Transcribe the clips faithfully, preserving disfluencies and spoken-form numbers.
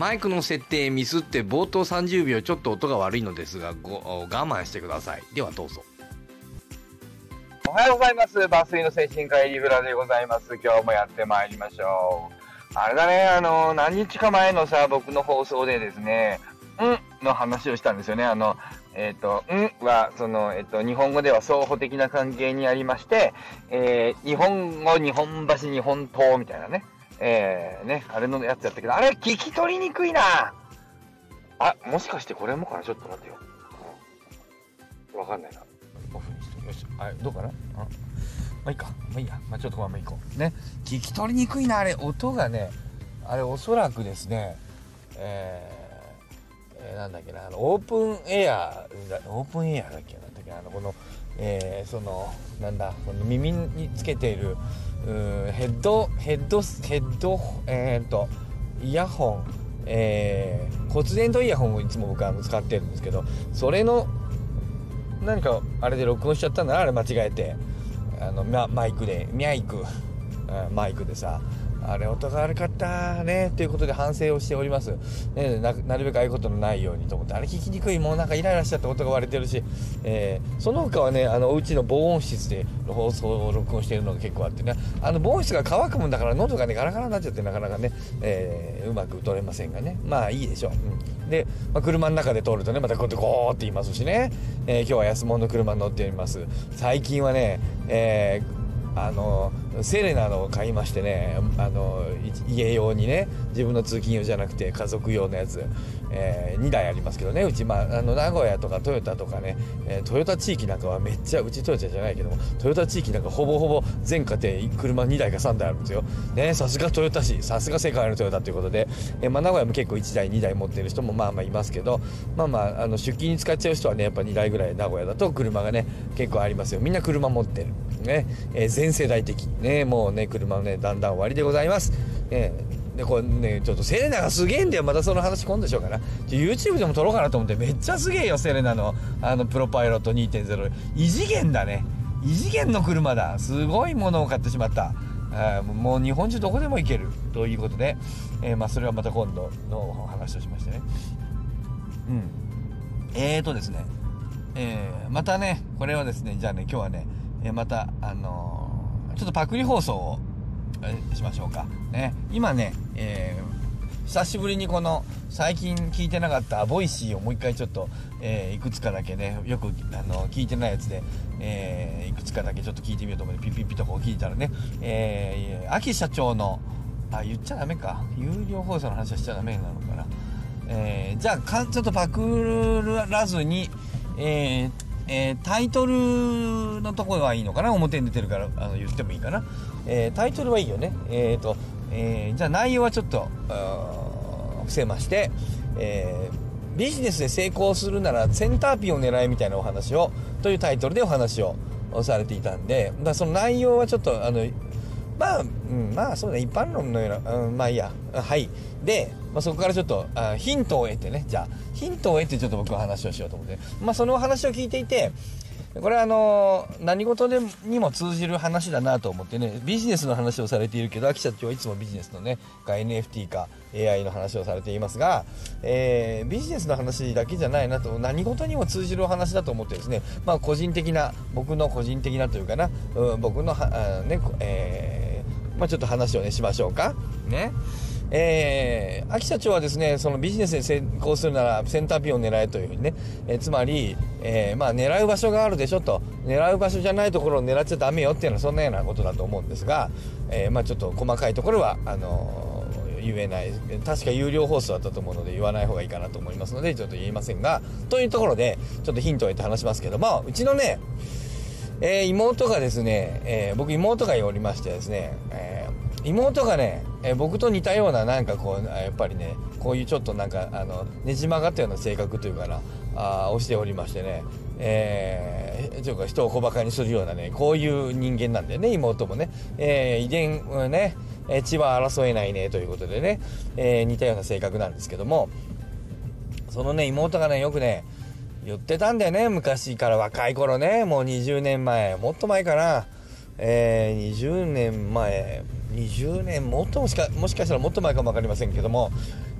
マイクの設定ミスって冒頭さんじゅうびょうちょっと音が悪いのですが、ご我慢してください。ではどうぞ。 おはようございます。抜粋の精神科医リブラでございます。今日もやってまいりましょう。あれだね、あの、何日か前のさ、僕の放送でですね、んの話をしたんですよね。あの、えっ、ー、と、んは、その、えっ、ー、と、日本語では双方的な関係にありまして、えー、日本語、日本橋、日本刀みたいなね、えー、ね、あれのやつやったけど、あれ、聞き取りにくいな。あ、もしかしてこれもかな？ちょっと待ってよ。わかんないな。オフにして。よし、あれ、どうかな？あ、まあいいか。まあいいや。まあちょっとこのままいこう。ね。聞き取りにくいな、あれ。音がね、あれ、おそらくですね、えー、えー、なんだっけな、あの、オープンエア、オープンエアだっけなんだっけ、あの、この、えー、その、なんだ、この耳につけている、ヘッド、ヘッド、ヘッド、えーっと、イヤホン、えー、骨伝導イヤホンをいつも僕は使ってるんですけど、それの、何かあれで録音しちゃったんだな、あれ間違えて。あの、ま、マイクで、ミャイク、マイクでさ、あれ音が悪かったねということで反省をしております、ね、な, なるべくああいうことのないようにと思って。あれ聞きにくい、もうなんかイライラしちゃって音が割れてるし、えー、その他はね、あのお家の防音室で放送を録音しているのが結構あってね、あの防音室が乾くもんだから喉がねガラガラになっちゃってなかなかね、えー、うまく取れませんがね、まあいいでしょう、うん、で、まあ、車の中で通るとねまたこうやってゴーって言いますしね、えー、今日は安物の車に乗っております。最近はね、えーあのセレナの買いましてね、あの家用にね、自分の通勤用じゃなくて家族用のやつ、えー、にだいありますけどね、うち、まあ、あの名古屋とかトヨタとかね、えー、トヨタ地域なんかはめっちゃ、うちトヨタじゃないけどもトヨタ地域なんかほぼほぼ全家庭車にだいかさんだいあるんですよね。さすがトヨタ市、さすが世界のトヨタということで、えーまあ、名古屋も結構いちだいにだい持ってる人もまあまあいますけど、まあまあ、あの出勤に使っちゃう人はねやっぱにだいぐらい名古屋だと車がね結構ありますよ。みんな車持ってるね、えー、全世代的ね、もうね車のねだんだん終わりでございます、ね、でこれねちょっとセレナがすげえんだよ。またその話今度しようかな。YouTube でも撮ろうかなと思って。めっちゃすげえよセレナのあのプロパイロット にてんゼロ。 異次元だね、異次元の車だ。すごいものを買ってしまった。あもう日本中どこでも行けるということで、えー、まあそれはまた今度の話をしましてね。うんえーとですねえー、またねこれはですねじゃあね今日はね、えー、またあのーちょっとパクリ放送をしましょうかね。今ね、えー、久しぶりにこの最近聞いてなかったボイシーをもう一回ちょっと、えー、いくつかだけねよくあの聞いてないやつで、えー、いくつかだけちょっと聞いてみようと思ってピッピッピとこう聞いたらね、えー、秋社長のあ言っちゃダメか、有料放送の話はしちゃダメなのかな、えー、じゃあかちょっとパクらずに、えーえー、タイトルのところはいいのかな、表に出てるからあの言ってもいいかな、えー、タイトルはいいよね。えーと、えー、じゃあ内容はちょっと伏せまして、えー、ビジネスで成功するならセンターピンを狙えみたいなお話をというタイトルでお話をされていたんで、だその内容はちょっとあのまあ、うん、まあそうだ一般論のような、うん、まあいいや、はいで、まあ、そこからちょっとあヒントを得てね、じゃあヒントを得てちょっと僕は話をしようと思って、まあその話を聞いていて、これはあのー、何事でにも通じる話だなと思ってね、ビジネスの話をされているけど、秋社長はいつもビジネスのねか エヌエフティー か エーアイ の話をされていますが、えー、ビジネスの話だけじゃないなと、何事にも通じるお話だと思ってですね、まあ個人的な、僕の個人的なというかな、うん、僕のはあね、えー、まあちょっと話をねしましょうかね。えー、秋社長はですね、そのビジネスで成功するならセンターピンを狙えというふうにね、えー、つまり、えー、まあ狙う場所があるでしょと、狙う場所じゃないところを狙っちゃダメよっていうのはそんなようなことだと思うんですが、えー、まあちょっと細かいところはあのー、言えない、確か有料放送だったと思うので言わない方がいいかなと思いますのでちょっと言いませんが、というところでちょっとヒントを得て話しますけども、うちのね、えー、妹がですね、えー、僕妹がおりましてですね、えー妹がね、えー、僕と似たようななんかこうやっぱりねこういうちょっとなんかあのねじ曲がったような性格というかなあをしておりましてね、えー、ちょっと人を小馬鹿にするようなねこういう人間なんだよね、妹もね、えー、遺伝ね、えー、血は争えないねということでね、えー、似たような性格なんですけども、そのね妹がねよくね言ってたんだよね、昔から若い頃ね、もうにじゅうねんまえもっと前かな、えー、にじゅうねんまえにじゅうねんもっともしかもしかしたらもっと前かも分かりませんけども、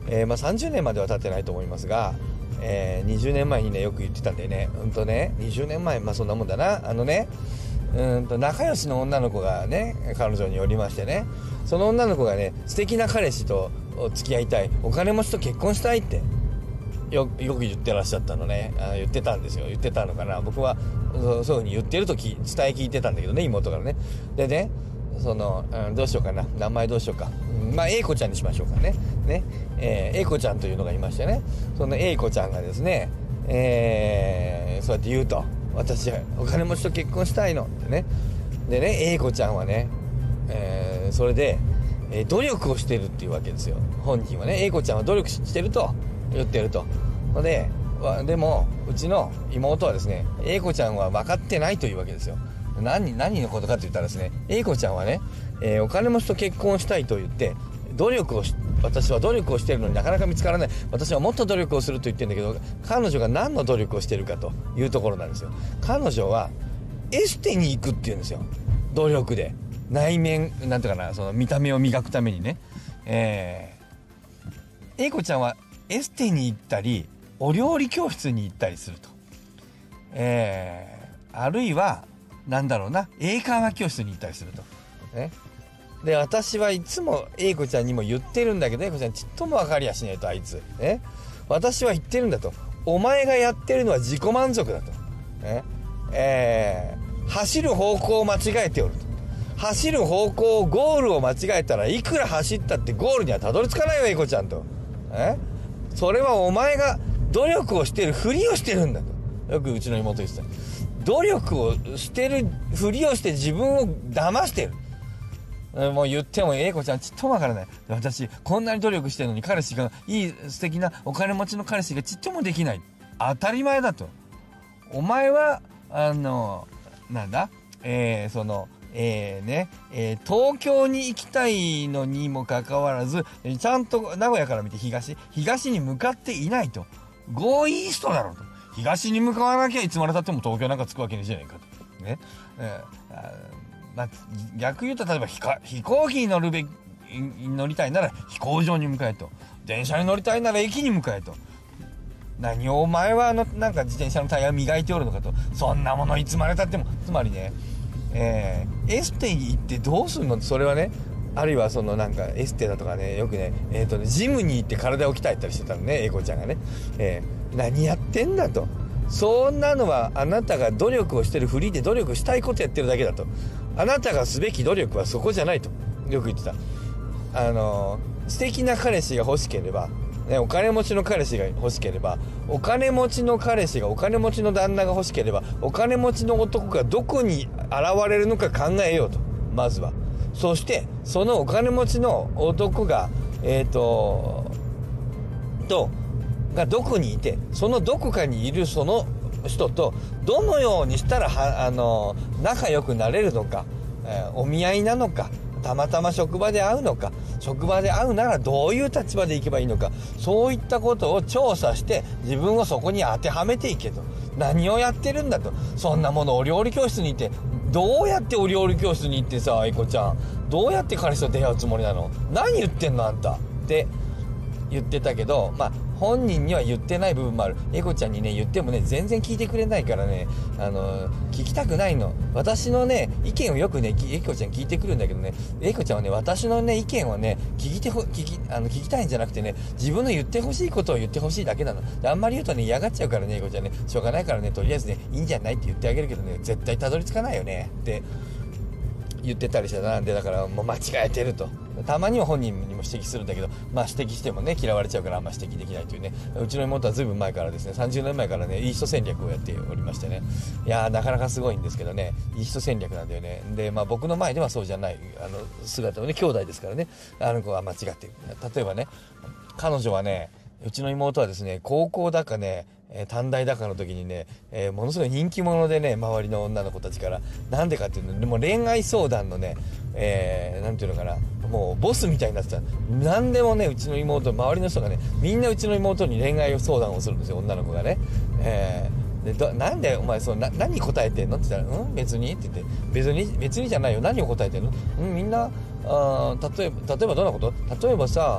えーまあ、さんじゅうねんまでは経ってないと思いますが、えー、にじゅうねんまえにねよく言ってたんだよね。うんとねにじゅうねんまえ、まあそんなもんだな。あのねうんと仲良しの女の子がね彼女におりましてね、その女の子がね素敵な彼氏と付き合いたい、お金持ちと結婚したいってよ, よく言ってらっしゃったのね。あ言ってたんですよ。言ってたのかな。僕はそうそういうふうに言ってるとき伝え聞いてたんだけどね、妹からね。でねその、うん、どうしようかな、名前どうしようか、うん、まあ A 子ちゃんにしましょうかね。ね、えー、A 子ちゃんというのがいましてね、その A 子ちゃんがですね、えー、そうやって言うと、私はお金持ちと結婚したいのってね。でね A 子ちゃんはね、えー、それで、えー、努力をしてるっていうわけですよ。本人はね A 子ちゃんは努力してると言ってると。ででもうちの妹はですね A 子ちゃんは分かってないというわけですよ。何何のことかと言ったらですね、 A 子ちゃんはね、えー、お金持ちと結婚したいと言って努力をし私は努力をしているのになかなか見つからない、私はもっと努力をすると言ってるんだけど、彼女が何の努力をしているかというところなんですよ。彼女はエステに行くって言うんですよ。努力で内面なんていうかな、その見た目を磨くためにね、えー、A 子ちゃんはエステに行ったりお料理教室に行ったりすると、えー、あるいはなんだろうな、英会話教室に行ったりすると、ね、で私はいつも A 子ちゃんにも言ってるんだけど、 A 子ちゃんちっとも分かりやしねえと、あいつ、ね、私は言ってるんだと、お前がやってるのは自己満足だと、ねえー、走る方向を間違えておると、走る方向ゴールを間違えたらいくら走ったってゴールにはたどり着かないよ A 子ちゃんと、えそれはお前が努力をしてるふりをしてるんだと、よくうちの妹言ってた。努力をしてるふりをして自分を騙してる。もう言っても A 子ちゃんちっともわからない。私こんなに努力してるのに彼氏がいい素敵なお金持ちの彼氏がちっともできない、当たり前だと。お前はあのなんだえー、そのえーねえー、東京に行きたいのにもかかわらずちゃんと名古屋から見て東東に向かっていないと、ゴーイーストだろうと、東に向かわなきゃいつまでたっても東京なんか着くわけねえじゃねえかとね、えーあまあ、逆言うと例えば飛行機に乗るべき乗りたいなら飛行場に向かえと、電車に乗りたいなら駅に向かえと、何をお前はあのなんか自転車のタイヤ磨いておるのかと、そんなものいつまでたっても、つまりね、えー、エステに行ってどうするのって、それはね、あるいはそのなんかエステだとかね、よくね、えーとねジムに行って体を鍛えたりしてたのね、英子ちゃんがね、えー、何やってんだと、そんなのはあなたが努力をしてるふりで努力したいことやってるだけだと、あなたがすべき努力はそこじゃないとよく言ってた。あのー、素敵な彼氏が欲しければ、ね、お金持ちの彼氏が欲しければ、お金持ちの彼氏がお金持ちの旦那が欲しければ、お金持ちの男がどこに現れるのか考えようと、まずは。そしてそのお金持ちの男がえっととがどこにいて、そのどこかにいるその人とどのようにしたらはあの仲良くなれるのか、えー、お見合いなのか、たまたま職場で会うのか、職場で会うならどういう立場で行けばいいのか、そういったことを調査して自分をそこに当てはめていけと。何をやってるんだと。そんなものお料理教室に行って、どうやってお料理教室に行ってさ、愛子ちゃんどうやって彼氏と出会うつもりなの、何言ってんのあんたって言ってたけど、まあ本人には言ってない部分もある。エコちゃんにね言ってもね全然聞いてくれないからね、あの聞きたくないの。私のね意見をよくねエコちゃん聞いてくるんだけどね、エコちゃんはね私のね意見をね聞いてほ聞きあの聞きたいんじゃなくてね、自分の言ってほしいことを言ってほしいだけなの。であんまり言うとね嫌がっちゃうからね、エコちゃんね、しょうがないからね、とりあえずねいいんじゃないって言ってあげるけどね、絶対たどり着かないよねって言ってたりしてた。なんでだからもう間違えてると。たまには本人にも指摘するんだけど、まあ指摘してもね嫌われちゃうからあんま指摘できないというね。うちの妹はずいぶん前からですね、さんじゅうねんまえからねいい人戦略をやっておりましてね、いやーなかなかすごいんですけどね、いい人戦略なんだよね。でまあ僕の前ではそうじゃないあの姿をね、兄弟ですからね、あの子は間違ってる。例えばね、彼女はね、うちの妹はですね高校だかねえー、短大だかの時にね、えー、ものすごい人気者でね、周りの女の子たちから。なんでかっていうのでも恋愛相談のね、えー、なんていうのかな、もうボスみたいになってた。なんでもねうちの妹、周りの人がねみんなうちの妹に恋愛相談をするんですよ、女の子がね。えーでどなんでお前そうな何答えてんのって言ったら、うん別にって言って、別に別にじゃないよ、何を答えてんの、うんみんなあ例えば例えばどんなこと、例えばさあ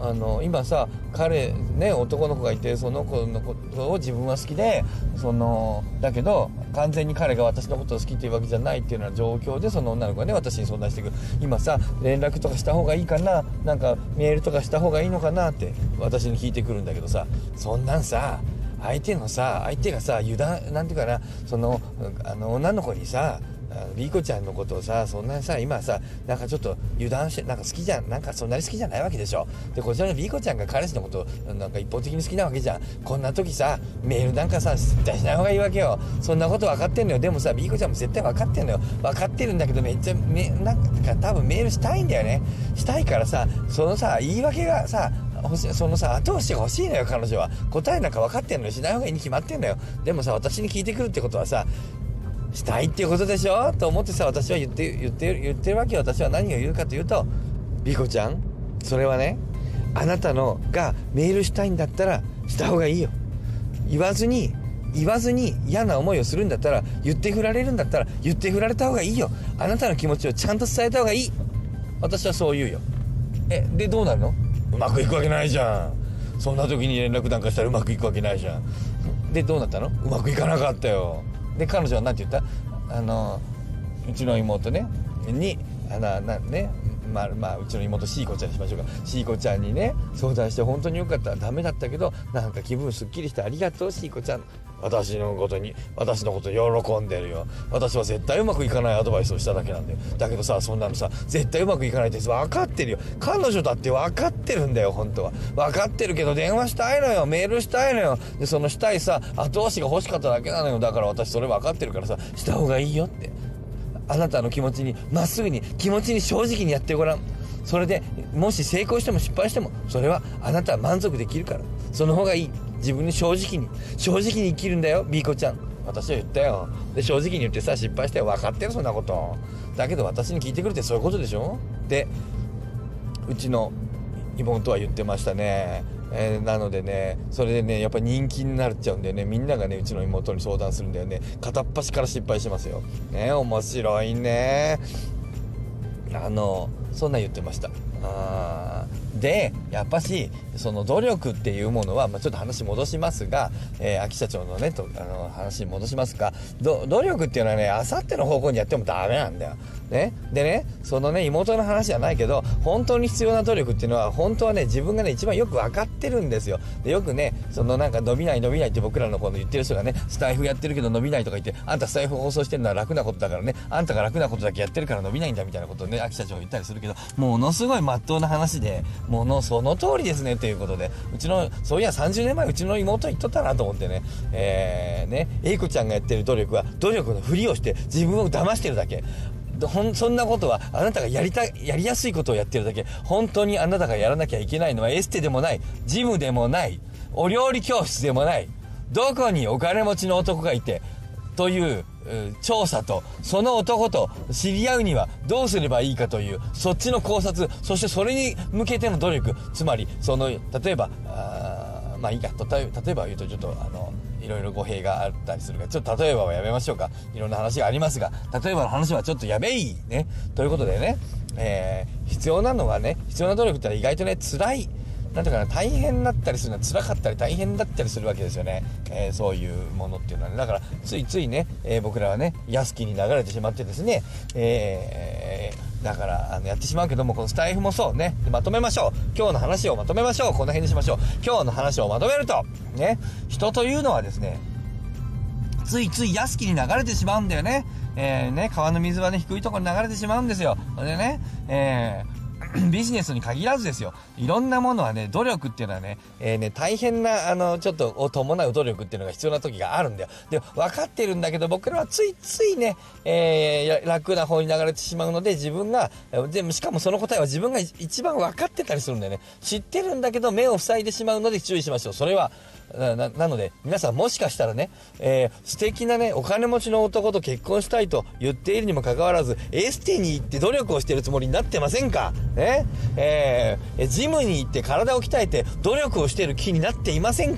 あの今さ彼ね男の子がいてその子のことを自分は好きでそのだけど完全に彼が私のことを好きっていうわけじゃないっていうような状況でその女の子がね私に相談してくる。今さ連絡とかした方がいいかな、なんかメールとかした方がいいのかなって私に聞いてくるんだけどさ、そんなんさ相手のさ相手がさ油断なんていうかな、そのあの女の子にさリーコちゃんのことをさそんなさ今さなんかちょっと油断してなんか好きじゃんなんかそんなに好きじゃないわけでしょ。でこちらのリーコちゃんが彼氏のことをなんか一方的に好きなわけじゃん。こんな時さメールなんかさ絶対しない方がいいわけよ。そんなこと分かってんのよ。でもさリーコちゃんも絶対分かってんのよ。分かってるんだけどめっちゃめなんか多分メールしたいんだよね。したいからさそのさ言い訳がさ欲しいそのさ後押しが欲しいのよ。彼女は答えなんか分かってんのよ。しない方がいいに決まってんのよ。でもさ私に聞いてくるってことはさしたいっていうことでしょと思ってさ私は言って言って言ってるわけよ。私は何を言うかというと、リコちゃんそれはねあなたのがメールしたいんだったらした方がいいよ。言わずに言わずに嫌な思いをするんだったら言って振られるんだったら言って振られた方がいいよ。あなたの気持ちをちゃんと伝えた方がいい。私はそう言うよ。えでどうなるの？うまくいくわけないじゃん。そんな時に連絡なんかしたらうまくいくわけないじゃん。でどうなったの？うまくいかなかったよ。で彼女は何て言った？あのうちの妹ねにあのなねまあまあうちの妹シーコちゃんにしましょうか。シーコちゃんにね相談して本当によかった。ダメだったけどなんか気分すっきりしてありがとうシーコちゃん。私のことに私のこと喜んでるよ。私は絶対うまくいかないアドバイスをしただけなんだよ。だけどさそんなのさ絶対うまくいかないって分かってるよ。彼女だって分かってるんだよ。本当は分かってるけど電話したいのよ。メールしたいのよ。でそのしたいさ後押しが欲しかっただけなのよ。だから私それ分かってるからさした方がいいよって。あなたの気持ちにまっすぐに気持ちに正直にやってごらん。それでもし成功しても失敗してもそれはあなたは満足できるからその方がいい。自分に正直に正直に生きるんだよビーコちゃん。私は言ったよ。で正直に言ってさ失敗して分かってるそんなことだけど私に聞いてくるってそういうことでしょ。でうちの妹は言ってましたね。えー、なのでねそれでねやっぱり人気になっちゃうんだよね。みんながねうちの妹に相談するんだよね。片っ端から失敗しますよね。面白いね。あのそんな言ってました。あでやっぱしその努力っていうものは、まあ、ちょっと話戻しますが、えー、秋社長のねとあの話に戻しますがど努力っていうのはねあさっての方向にやってもダメなんだよ、ね、でねそのね妹の話じゃないけど本当に必要な努力っていうのは本当はね自分がね一番よく分かってるんですよ。でよくねそのなんか伸びない伸びないって僕らのこの言ってる人がねスタイフやってるけど伸びないとか言ってあんたスタイフ放送してるのは楽なことだからねあんたが楽なことだけやってるから伸びないんだみたいなことをね秋社長が言ったりするけどものすごい真っ当な話でものその通りですねということでうちのそういやさんじゅうねんまえうちの妹言っとったなと思ってねえー、ね英子ちゃんがやってる努力は努力のふりをして自分を騙してるだけ。ほんそんなことはあなたがやりたやりやすいことをやってるだけ。本当にあなたがやらなきゃいけないのはエステでもないジムでもないお料理教室でもないどこにお金持ちの男がいてという調査とその男と知り合うにはどうすればいいかというそっちの考察そしてそれに向けての努力つまりその例えばあまあいいかと例えば言うとちょっとあのいろいろ語弊があったりするからちょっと例えばはやめましょうか。いろんな話がありますが例えばの話はちょっとやべいねということでね、えー、必要なのがね必要な努力ってのは意外とね辛いなんていうかな大変だったりするのは辛かったり大変だったりするわけですよね、えー、そういうものっていうのはね。だからついついね、えー、僕らはね安きに流れてしまってですね、えー、だからあのやってしまうけどもこのスタイフもそうねまとめましょう。今日の話をまとめましょう。この辺にしましょう。今日の話をまとめるとね人というのはですねついつい安きに流れてしまうんだよね。えー、ね川の水はね低いところに流れてしまうんですよ。でねえービジネスに限らずですよいろんなものはね努力っていうのはね,、えー、ね大変なあのちょっとを伴う努力っていうのが必要な時があるんだよ。で分かってるんだけど僕らはついついね、えー、楽な方に流れてしまうので自分がでしかもその答えは自分が一番分かってたりするんだよね。知ってるんだけど目を塞いでしまうので注意しましょう。それはな, なので皆さんもしかしたらね、えー、素敵なねお金持ちの男と結婚したいと言っているにもかかわらずエステに行って努力をしているつもりになってませんかね、えー、ジムに行って体を鍛えて努力をしている気になっていませんか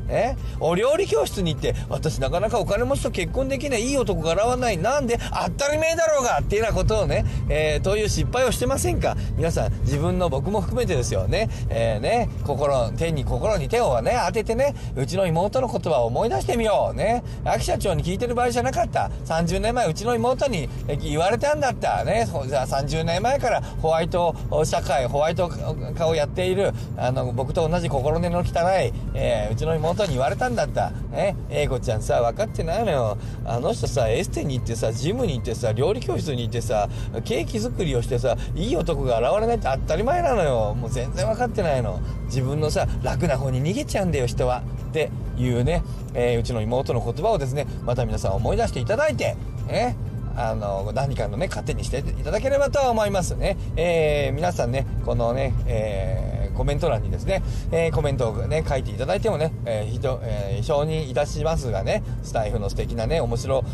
えお料理教室に行って、私なかなかお金持ちと結婚できない、いい男が現わない、なんで当たり前だろうがっていうようなことをね、えー、という失敗をしてませんか？皆さん、自分の、僕も含めてですよね、えー、ね、心、手に心に手をね、当ててね、うちの妹の言葉を思い出してみよう。ね、秋社長に聞いてる場合じゃなかった。さんじゅうねんまえ、うちの妹に言われたんだった。ね、じゃあさんじゅうねんまえからホワイト社会、ホワイト化をやっている、あの、僕と同じ心根の汚い、えー、うちの妹に言われたんだった。ね、英子ちゃんさ、分かってないのよ。あの人さ、エステに行ってさ、ジムに行ってさ、料理教室に行ってさ、ケーキ作りをしてさ、いい男が現れないって当たり前なのよ。もう全然分かってないの。自分のさ、楽な方に逃げちゃうんだよ、人は。っていうね、えー、うちの妹の言葉をですね、また皆さん思い出していただいて、ね、あの、何かのね、糧にしていただければと思いますね。えー、皆さんね、このね、えー、コメント欄にですね、えー、コメントをね、書いていただいてもね、えー、ひと、えー、承認いたしますがね、スタイフの素敵なね、面白、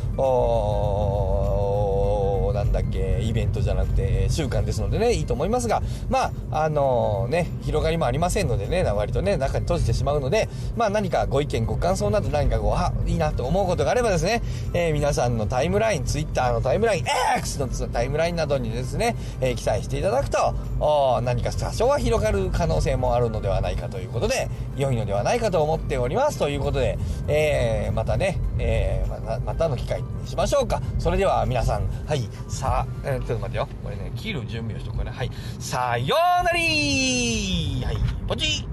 なんだっけ、イベントじゃなくて習慣ですのでね、いいと思いますが、まああのー、ね、広がりもありませんのでね、割とね、中に閉じてしまうので、まあ何かご意見ご感想など何かこう、あ、いいなと思うことがあればですね、えー、皆さんのタイムライン、ツイッターのタイムライン、X のタイムラインなどにですね、えー、記載していただくと、何か多少は広がる可能性もあるのではないかということで、良いのではないかと思っておりますということで、えー、またね、えー、また、またの機会にしましょうか。それでは皆さん、はい、さあ、えー、ちょっと待ってよ。これね、切る準備をしとくから、はい。さようなりー、はい、ポチッ。